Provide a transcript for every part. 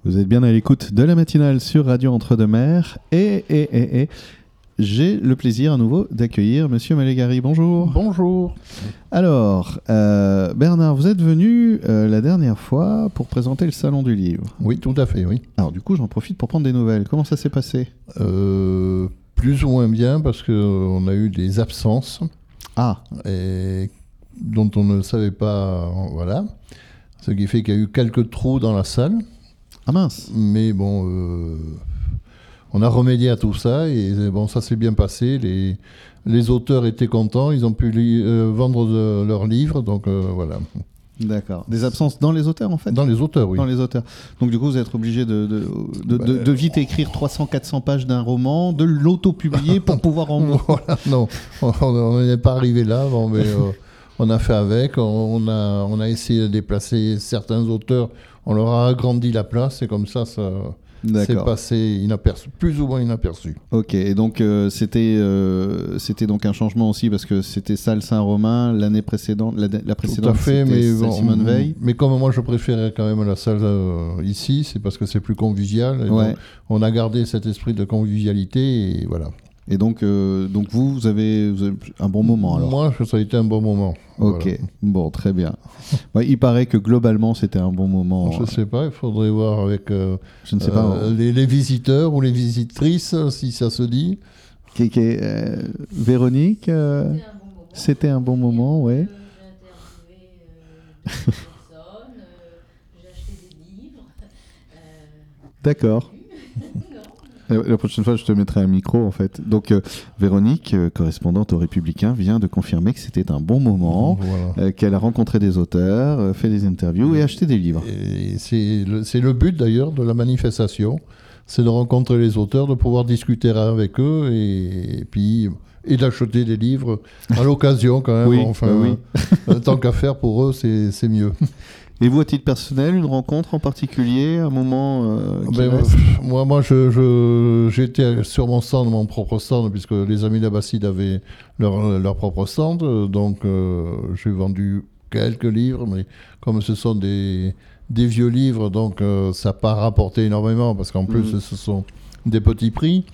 Vous êtes bien à l'écoute de la matinale sur Radio Entre-deux-Mers et j'ai le plaisir à nouveau d'accueillir Monsieur Malégari. Bonjour. Bonjour. Alors, Bernard, vous êtes venu la dernière fois pour présenter le Salon du Livre. Oui, tout à fait, oui. Alors du coup, j'en profite pour prendre des nouvelles. Comment ça s'est passé ? Plus ou moins bien parce qu'on a eu des absences et dont on ne savait pas, voilà. Ce qui fait qu'il y a eu quelques trous dans la salle. Ah mince. Mais bon, on a remédié à tout ça et bon, ça s'est bien passé. Les auteurs étaient contents, ils ont pu vendre leurs livres, donc voilà. D'accord. Des absences dans les auteurs en fait ? Dans les auteurs, oui. Dans les auteurs. Donc du coup, vous êtes obligé de vite écrire 300-400 pages d'un roman, de l'auto-publier pour pouvoir en... Voilà, non, on n'est pas arrivé là, bon, mais on a fait avec, on a essayé de déplacer certains auteurs, on leur a agrandi la place et comme ça s'est passé plus ou moins inaperçu. Ok, et donc c'était donc un changement aussi parce que c'était salle Saint-Romain l'année précédente, la précédente. Tout à fait, mais bon, Simone Veil. Mais comme moi je préférais quand même la salle ici, c'est parce que c'est plus convivial. Et ouais. Donc, on a gardé cet esprit de convivialité et voilà. Et donc vous avez un bon moment alors. Moi, ça a été un bon moment. Ok, voilà. Bon, très bien. Il paraît que globalement c'était un bon moment. Je ne sais pas, il faudrait voir avec je ne sais pas, les visiteurs ou les visitrices si ça se dit. Véronique, c'était un bon moment, ouais. J'ai interviewé des personnes, j'ai acheté des livres. D'accord. La prochaine fois, je te mettrai un micro, en fait. Donc, Véronique, correspondante au Républicain, vient de confirmer que c'était un bon moment, voilà. Qu'elle a rencontré des auteurs, fait des interviews et acheté des livres. Et c'est le but, d'ailleurs, de la manifestation. C'est de rencontrer les auteurs, de pouvoir discuter avec eux et puis... Et d'acheter des livres à l'occasion, quand même. Oui, enfin, oui. Tant qu'à faire, pour eux, c'est mieux. Et vous, à titre personnel, une rencontre en particulier, un moment Moi, j'étais sur mon propre stand, puisque les Amis d'Abbasside avaient leur propre stand. Donc, j'ai vendu quelques livres, mais comme ce sont des vieux livres, donc ça n'a pas rapporté énormément, parce qu'en plus, ce sont des petits prix.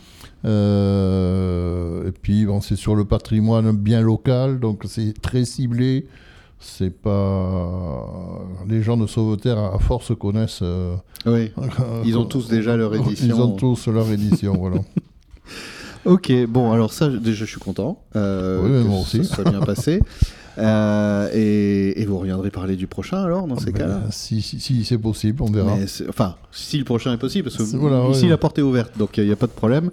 Et puis, bon, c'est sur le patrimoine bien local, donc c'est très ciblé. C'est pas... Les gens de Sauveterre, à force, connaissent... Oui, ils ont tous déjà leur édition. Ils ont tous leur édition, voilà. Ok, bon, alors ça, déjà, je suis content. Oui, moi aussi. Ça soit bien passé. Et vous reviendrez parler du prochain, alors, dans ces cas-là ? Si c'est possible, on verra. Enfin, si le prochain est possible, parce que ici, la porte est ouverte, donc il n'y a pas de problème.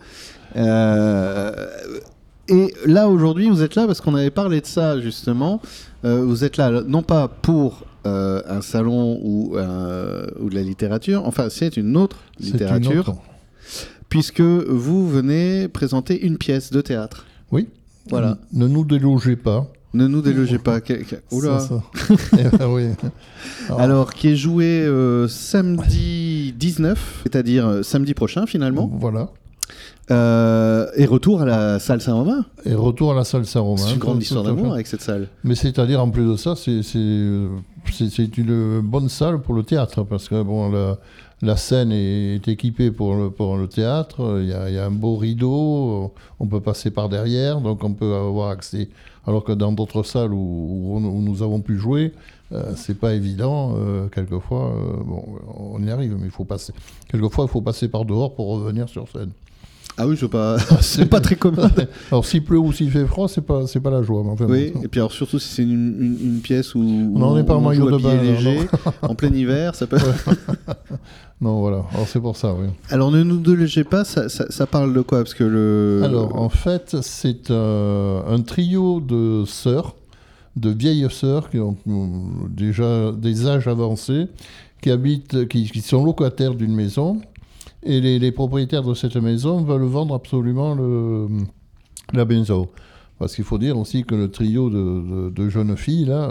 Et là, aujourd'hui, vous êtes là parce qu'on avait parlé de ça, justement. Vous êtes là, non pas pour un salon ou de la littérature, enfin, c'est une autre littérature, puisque vous venez présenter une pièce de théâtre. Oui. Voilà. Ne nous délogez pas. Ne nous délogez pas. Oula. Ça. Oui. Alors, qui est joué samedi 19, c'est-à-dire samedi prochain, finalement. Voilà. Et retour à la salle Saint-Romain. Et retour à la salle Saint-Romain. C'est une grande histoire d'amour avec cette salle. Mais c'est-à-dire, en plus de ça, c'est une bonne salle pour le théâtre, parce que bon, la scène est équipée pour le théâtre, il y a un beau rideau, on peut passer par derrière, donc on peut avoir accès. Alors que dans d'autres salles où nous avons pu jouer, c'est pas évident. Quelquefois, on y arrive, mais il faut passer. Quelquefois, il faut passer par dehors pour revenir sur scène. Ah oui, c'est pas très commun. Alors s'il pleut ou s'il fait froid, c'est pas la joie. Enfin, oui, et puis alors surtout si c'est une pièce où on n'est pas en maillot de bain léger, en plein hiver, ça peut. Non, voilà. Alors c'est pour ça, oui. Alors ne nous délogez pas, ça parle de quoi ? Parce que Alors en fait, c'est un trio de sœurs, de vieilles sœurs qui ont déjà des âges avancés, qui sont locataires d'une maison. Et les propriétaires de cette maison veulent vendre absolument la maison. Parce qu'il faut dire aussi que le trio de jeunes filles, là,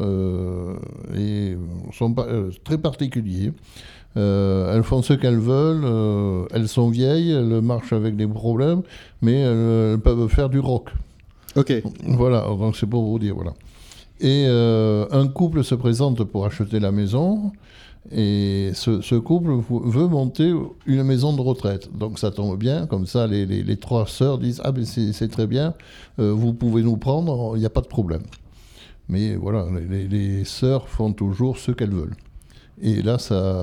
sont très particuliers. Elles font ce qu'elles veulent, elles sont vieilles, elles marchent avec des problèmes, mais elles peuvent faire du rock. Ok. Voilà, donc c'est pour vous dire, voilà. Et un couple se présente pour acheter la maison. Et ce couple veut monter une maison de retraite. Donc ça tombe bien, comme ça les 3 sœurs disent « Ah ben c'est très bien, vous pouvez nous prendre, il n'y a pas de problème ». Mais voilà, les sœurs font toujours ce qu'elles veulent. Et là,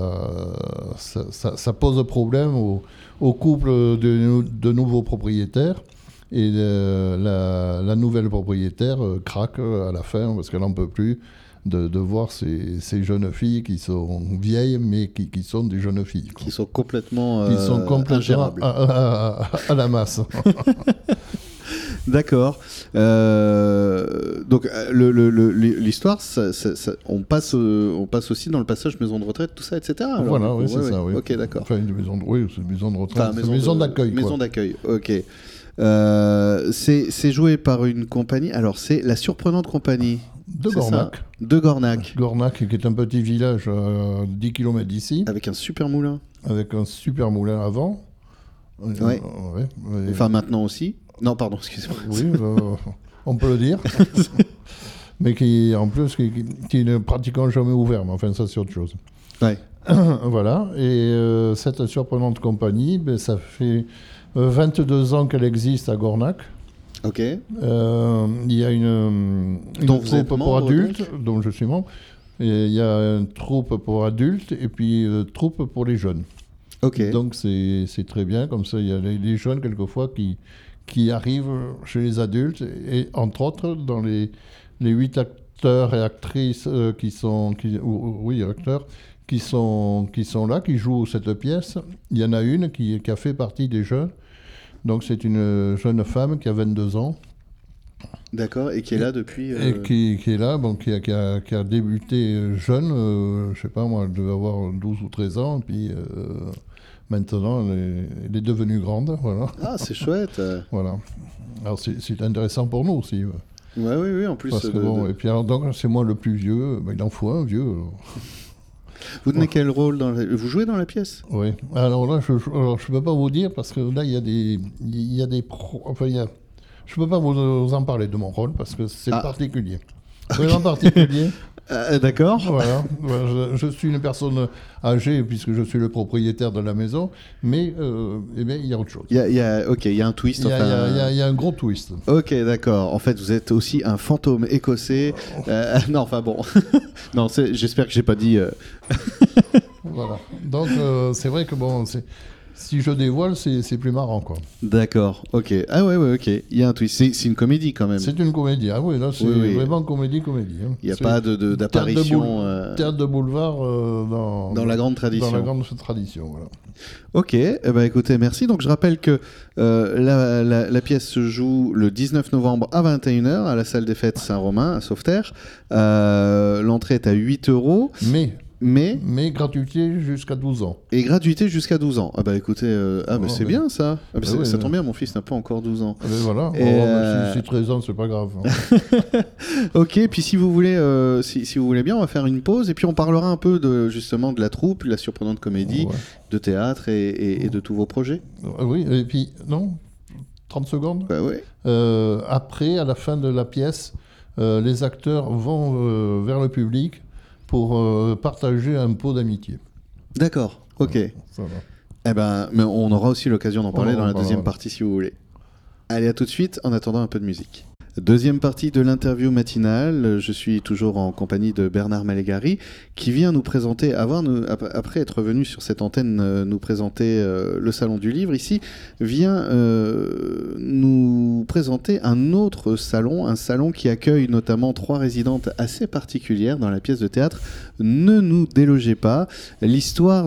ça pose problème au couple de nouveaux propriétaires. Et la nouvelle propriétaire craque à la fin parce qu'elle n'en peut plus de voir ces jeunes filles qui sont vieilles, mais qui sont des jeunes filles. Qui sont complètement ingérables. À la masse. D'accord. Donc l'histoire, on passe aussi dans le passage maison de retraite, tout ça, etc. Alors, voilà, oui, c'est ça. Oui. Ok, d'accord. Enfin, c'est une maison de retraite. Enfin, maison d'accueil. Maison d'accueil, ok. C'est joué par une compagnie. Alors, c'est la surprenante compagnie de Gornac. De Gornac. Gornac, qui est un petit village à 10 km d'ici. Avec un super moulin. Avec un super moulin avant. Ouais. Enfin, maintenant aussi. Non, pardon, excusez-moi. Oui, on peut le dire. Mais en plus, qui n'est pratiquement jamais ouvert. Mais enfin, ça, c'est autre chose. Ouais. Voilà. Et cette surprenante compagnie, ça fait 22 ans qu'elle existe à Gornac. Ok. Il y a une troupe pour adultes, dont je suis membre. Et il y a une troupe pour adultes et puis une troupe pour les jeunes. Ok. Donc c'est très bien. Comme ça, il y a les jeunes, quelquefois, qui arrivent chez les adultes. Et entre autres, dans les 8 acteurs et actrices acteurs qui sont là, qui jouent cette pièce, il y en a une qui a fait partie des jeunes. Donc c'est une jeune femme qui a 22 ans. D'accord, et qui est là depuis... Et qui est là, bon, qui a débuté jeune, je sais pas moi, elle devait avoir 12 ou 13 ans, et puis maintenant elle est devenue grande, voilà. Ah, c'est chouette. Voilà. Alors c'est intéressant pour nous aussi. Oui, en plus... Parce que bon, et puis alors, donc c'est moi le plus vieux, il en faut un vieux. Vous tenez quel rôle vous jouez dans la pièce? Oui. Alors là, je ne peux pas vous dire parce que là, il y a des je ne peux pas vous en parler de mon rôle parce que c'est particulier. Vraiment particulier. D'accord. Voilà. Je suis une personne âgée puisque je suis le propriétaire de la maison, mais il y a autre chose. Il y a un twist. Il y a un gros twist. Ok, d'accord. En fait, vous êtes aussi un fantôme écossais. Non, enfin bon. Non, j'espère que j'ai pas dit. Voilà. Donc c'est vrai que bon, si je dévoile, c'est plus marrant, quoi. D'accord, ok. Ah ouais, ok. Il y a un twist. C'est une comédie quand même. C'est une comédie. Ah oui, là, c'est vraiment comédie. Hein. Il n'y a pas d'apparition... Théâtre de boulevard dans la grande tradition. Dans la grande tradition, voilà. Ok, écoutez, merci. Donc je rappelle que la pièce se joue le 19 novembre à 21h à la salle des fêtes Saint-Romain, à Sauveterre. L'entrée est à 8 €. Mais gratuité jusqu'à 12 ans. Et gratuité jusqu'à 12 ans. Ah bah écoutez, c'est bien ça. Ça tombe bien, mon fils n'a pas encore 12 ans. Voilà. Si 13 ans, c'est pas grave. Ok, puis si vous voulez bien, on va faire une pause et puis on parlera un peu justement de la troupe, la surprenante comédie, de théâtre et de tous vos projets. Oui, et puis, non 30 secondes. Bah ouais. Après, à la fin de la pièce, les acteurs vont vers le public pour partager un pot d'amitié. D'accord, ok. Ça va. Mais on aura aussi l'occasion d'en parler dans la deuxième partie si vous voulez. Allez, à tout de suite, en attendant un peu de musique. Deuxième partie de l'interview matinale, je suis toujours en compagnie de Bernard Malégari qui vient nous présenter, après être venu sur cette antenne nous présenter le Salon du Livre ici, vient nous présenter un autre salon, un salon qui accueille notamment 3 résidentes assez particulières dans la pièce de théâtre Ne nous délogez pas, l'histoire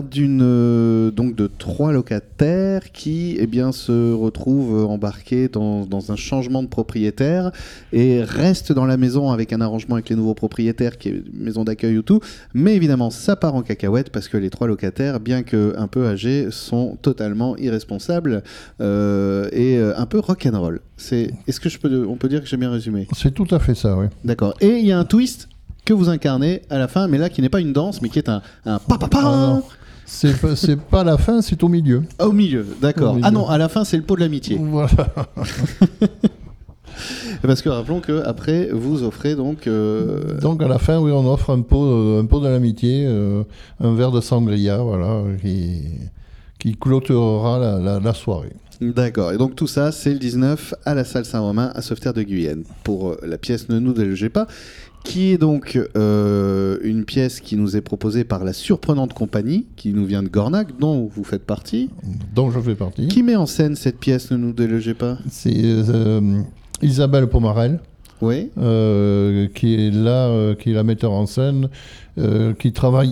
de 3 locataires qui se retrouvent embarqués dans un changement de propriétaire et restent dans la maison avec un arrangement avec les nouveaux propriétaires qui est une maison d'accueil ou tout, mais évidemment ça part en cacahuète parce que les 3 locataires, bien qu'un peu âgés, sont totalement irresponsables et un peu rock'n'roll. Est-ce que on peut dire que j'ai bien résumé? C'est tout à fait ça, oui. D'accord. Et il y a un twist que vous incarnez à la fin, mais là qui n'est pas une danse, mais qui est un pa-pa-pa. C'est pas la fin, c'est au milieu. Au milieu, d'accord. Ah non, à la fin c'est le pot de l'amitié. Voilà. Parce que rappelons qu'après, vous offrez donc... Donc à la fin, oui, on offre un pot de l'amitié, un verre de sangria, voilà, qui clôturera la soirée. D'accord. Et donc tout ça, c'est le 19 à la salle Saint-Romain à Sauveterre de Guyenne pour la pièce Ne nous délogez pas, qui est donc une pièce qui nous est proposée par la surprenante compagnie qui nous vient de Gornac, dont vous faites partie. Dont je fais partie. Qui met en scène cette pièce Ne nous délogez pas? C'est Isabelle Pomarel. Oui. Qui est là, qui est la metteur en scène, qui travaille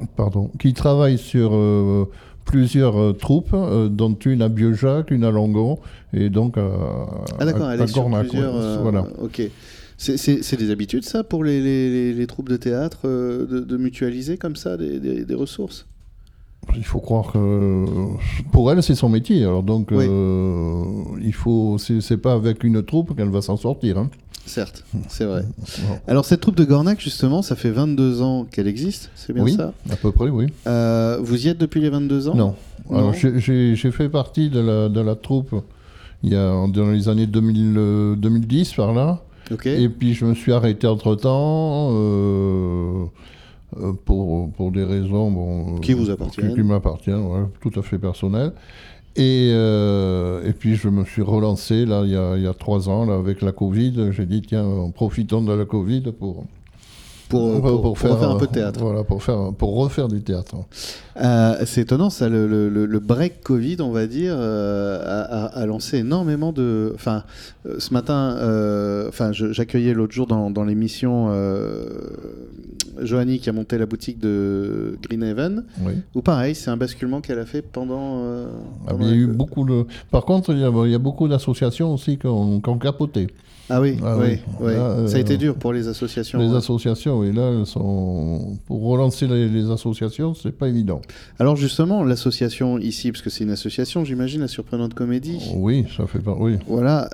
sur plusieurs troupes, dont une à Biojac, une à Langon, et donc elle est sur Gornac, plusieurs... voilà. Ok. C'est des habitudes, ça, pour les troupes de théâtre, de mutualiser comme ça des ressources? Il faut croire que pour elle, c'est son métier. Alors donc, oui. C'est pas avec une troupe qu'elle va s'en sortir. Hein. Certes, c'est vrai. Alors cette troupe de Gornac, justement, ça fait 22 ans qu'elle existe, c'est bien ça? Oui, à peu près, oui. Vous y êtes depuis les 22 ans? Non. Alors j'ai fait partie de la troupe dans les années 2010, par là. Okay. Et puis je me suis arrêté entre-temps pour des raisons qui vous appartiennent. Qui m'appartiennent, ouais, tout à fait personnelles. Et puis je me suis relancé là il y a 3 ans là, avec la Covid. J'ai dit tiens, profitons de la Covid pour faire un peu de théâtre. Voilà, pour refaire du théâtre. C'est étonnant ça, le break Covid, on va dire, a lancé énormément de... Enfin, ce matin, j'accueillais l'autre jour dans l'émission Johanny qui a monté la boutique de Greenhaven, oui. Où pareil, c'est un basculement qu'elle a fait pendant il y a eu beaucoup de... Par contre, il y a beaucoup d'associations aussi qui ont capoté. Ah oui. Là, ça a été dur pour les associations. Les associations, oui, là, pour relancer les associations, c'est pas évident. Alors justement, l'association ici, parce que c'est une association, j'imagine, la Surprenante Comédie. Oui, ça fait pas... Oui. Voilà.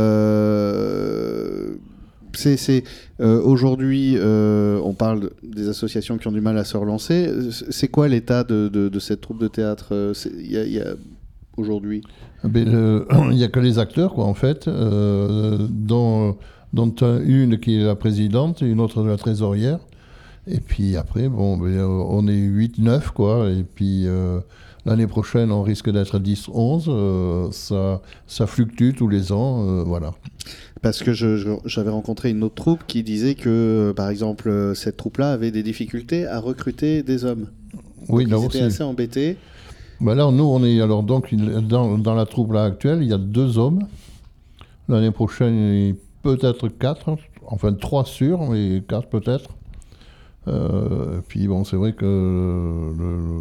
Aujourd'hui, on parle des associations qui ont du mal à se relancer. C'est quoi l'état de cette troupe de théâtre aujourd'hui? Il n'y a que les acteurs, quoi, en fait, dont une qui est la présidente et une autre la trésorière. Et puis après, on est 8-9, quoi. Et puis l'année prochaine, on risque d'être 10-11. Ça fluctue tous les ans, voilà. Parce que j'avais rencontré une autre troupe qui disait que, par exemple, cette troupe-là avait des difficultés à recruter des hommes. Oui, donc là ils aussi. étaient assez embêtés. Là, nous, on est alors donc dans la troupe là actuelle, il y a 2 hommes. L'année prochaine, peut-être 4, enfin 3 sûrs, mais 4 peut-être. Puis bon, c'est vrai que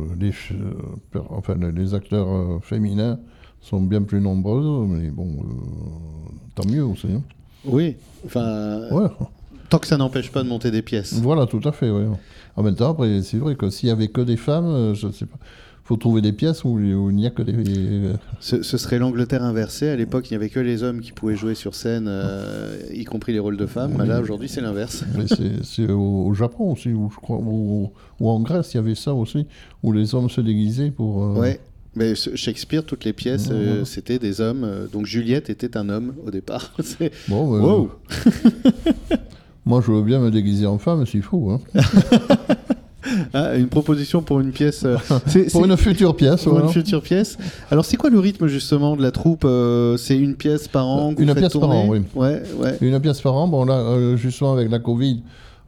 les acteurs féminins sont bien plus nombreux, mais bon, tant mieux aussi. Hein. Oui, enfin, ouais. Tant que ça n'empêche pas de monter des pièces. Voilà, tout à fait, oui. En même temps, après, c'est vrai que s'il y avait que des femmes, je ne sais pas. Il faut trouver des pièces où il n'y a que des... Ce serait l'Angleterre inversée. À l'époque, il n'y avait que les hommes qui pouvaient jouer sur scène, y compris les rôles de femmes. Oui. Là, aujourd'hui, c'est l'inverse. C'est au Japon aussi, où, je crois, ou en Grèce, il y avait ça aussi, où les hommes se déguisaient pour... Ouais. Mais Shakespeare, toutes les pièces, c'était des hommes. Donc Juliette était un homme au départ. Bon, wow. Moi, je veux bien me déguiser en femme s'il faut. Hein. Ah, une proposition pour une pièce. Pour une future pièce. Pour une future pièce. Alors, c'est quoi le rythme justement de la troupe? C'est une pièce par an que Une vous faites pièce tourner? par an, oui. Ouais. Une pièce par an. Bon, là, justement, avec la Covid,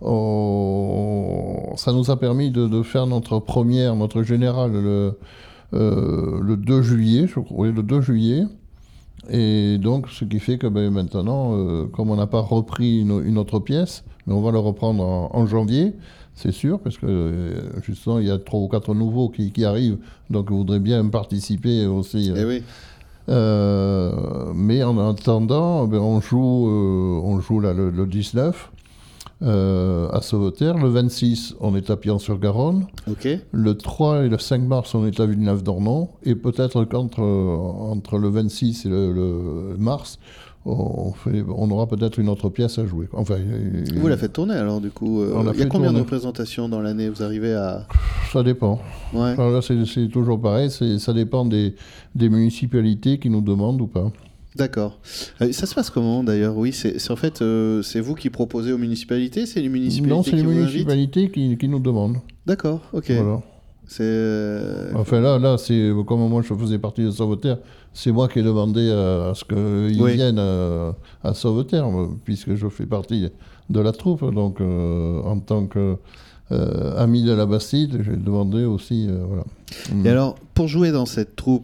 ça nous a permis de faire notre générale le 2 juillet, je crois. Oui, le 2 juillet. Et donc, ce qui fait que maintenant, comme on n'a pas repris une autre pièce, mais on va le reprendre en janvier, c'est sûr, parce que justement, il y a 3 ou 4 nouveaux qui arrivent, donc ils voudraient bien participer aussi. Eh oui. Mais en attendant, on joue là, le 19 à Sauveterre. Le 26, on est à Pian-sur-Garonne. Okay. Le 3 et le 5 mars, on est à Villeneuve-d'Ornon. Et peut-être qu'entre le 26 et le mars, on aura peut-être une autre pièce à jouer. Enfin, vous la faites tourner alors du coup. Il y a combien de représentations dans l'année? Vous arrivez à... Ça dépend. Ouais. Alors là, c'est toujours pareil. Ça dépend des municipalités qui nous demandent ou pas. D'accord. Ça se passe comment d'ailleurs? Oui, c'est en fait, c'est vous qui proposez aux municipalités? C'est les municipalités Non, c'est les qui vous invitent? municipalités qui nous demandent. D'accord, ok. Voilà. C'est... Enfin là, c'est comme moi je faisais partie de Sauveterre, c'est moi qui ai demandé à ce qu'ils Oui. viennent à Sauveterre, puisque je fais partie de la troupe. Donc en tant que ami de la Bastide, j'ai demandé aussi. Voilà. Et alors, pour jouer dans cette troupe,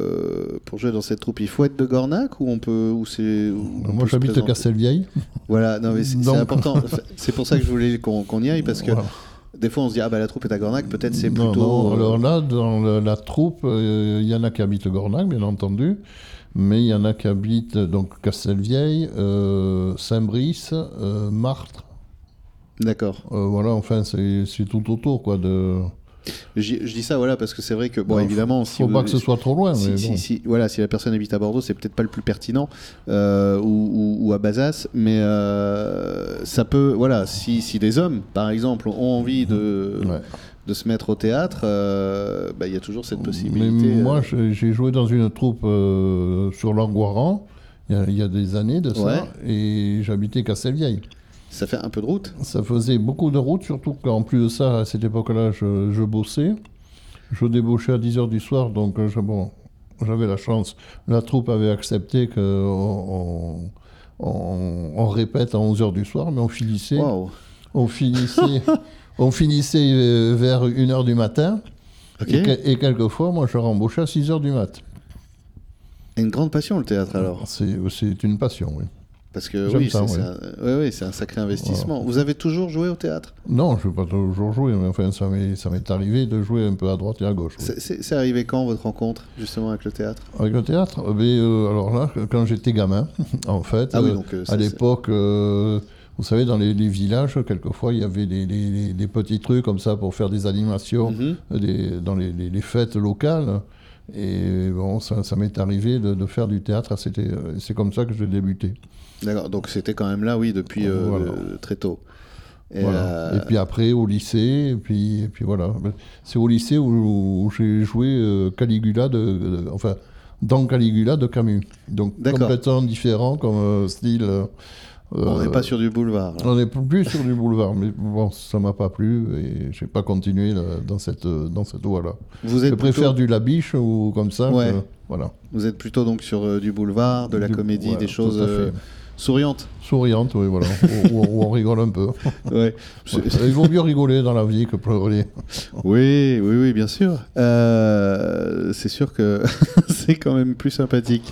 il faut être de Gornac ou on peut, ou c'est. Moi j'habite à Castelvieille. Voilà, non mais c'est Donc- important. C'est pour ça que je voulais qu'on y aille parce que. Voilà. Des fois, on se dit, ah bah la troupe est à Gornac, peut-être c'est Non, plutôt. non, alors là, dans la troupe, il y en a qui habitent Gornac, bien entendu, mais il y en a qui habitent donc Castelvieille, Saint-Brice, Martre. D'accord. Voilà, enfin, c'est tout autour, quoi. Je dis ça, voilà, parce que c'est vrai que, bon, Bon, évidemment, si faut vous- pas que ce soit trop loin, si, mais si- bon. voilà, si la personne habite à Bordeaux, c'est peut-être pas le plus pertinent, ou à Bazas, mais ça peut, voilà, si des hommes, par exemple, ont envie Ouais. de se mettre au théâtre, il y a toujours cette Mais possibilité. moi, j'ai joué dans une troupe sur l'Angoiran, il y a des années de ça, Ouais. et j'habitais Castelvieille. Ça fait un peu de route. Ça faisait beaucoup de route, surtout qu'en plus de ça, à cette époque-là, je bossais. Je débauchais à 10h du soir, donc j'avais la chance. La troupe avait accepté qu'on on répète à 11h du soir, mais on finissait, Waouh. on finissait, on finissait vers 1h du matin. Ok. Et quelquefois, moi, je rembauchais à 6h du mat. Une grande passion, le théâtre, alors. C'est une passion, oui. Parce que J'aime oui, ça, c'est un sacré investissement. Vous avez toujours joué au théâtre? Non, je ne vais pas toujours jouer, mais enfin, ça m'est arrivé de jouer un peu à droite et à gauche. Oui. C'est arrivé quand, votre rencontre, justement, avec le théâtre? Avec le théâtre, alors là, quand j'étais gamin, en fait, Ah oui, donc, à l'époque, vous savez, dans les villages, quelquefois, il y avait des petits trucs comme ça pour faire des animations Mhm. dans les fêtes locales. Et bon, ça m'est arrivé de faire du théâtre. C'est comme ça que j'ai débuté. D'accord, donc c'était quand même là, oui, depuis Voilà. très tôt. Et, Voilà. Et puis après, au lycée, et puis voilà. C'est au lycée où j'ai joué Caligula, enfin, dans Caligula de Camus. Donc D'accord. complètement différent comme style. on n'est pas sur du boulevard. Là. On n'est plus sur du boulevard, mais bon, ça m'a pas plu et j'ai pas continué dans cette voie-là. Vous Je êtes préfère plutôt, du Labiche ou comme ça. Ouais. Voilà. vous êtes plutôt donc sur du boulevard, de la comédie, Voilà, des choses tout à fait. souriantes. Souriante, oui, voilà. où on rigole un peu. Ouais. Il vaut mieux rigoler dans la vie que pleurer. Oui, bien sûr. C'est sûr que c'est quand même plus sympathique.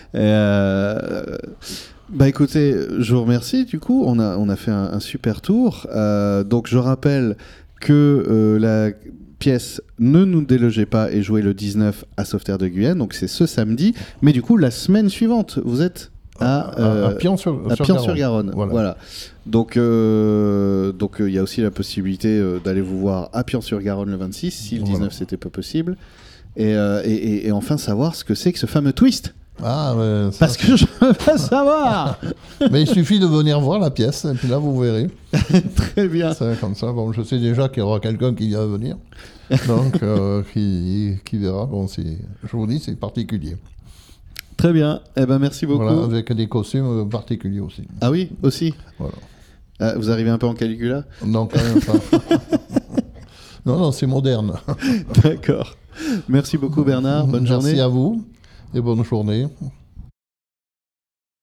Bah écoutez, je vous remercie. Du coup, on a fait un super tour. Donc je rappelle que la pièce Ne nous délogez pas est jouée le 19 à Sauveterre de Guyenne. Donc c'est ce samedi. Mais du coup, la semaine suivante, vous êtes à Pian-sur-Garonne. Voilà. Donc il y a aussi la possibilité d'aller vous voir à Pian-sur-Garonne le 26, si le 19 c'était pas possible. Et enfin savoir ce que c'est que ce fameux twist. Ah, ouais, ça, Parce que je veux pas savoir. mais il suffit de venir voir la pièce, et puis là, vous verrez. Très bien. C'est comme ça. Bon, je sais déjà qu'il y aura quelqu'un qui va venir. Donc, qui verra. Bon, je vous dis, c'est particulier. Très bien. Eh ben merci beaucoup. Voilà, avec des costumes particuliers aussi. Ah oui, aussi. Voilà. Vous arrivez un peu en Caligula. Non, quand même pas. non, c'est moderne. D'accord. Merci beaucoup Bernard. Bonne journée. Merci à vous et bonne journée.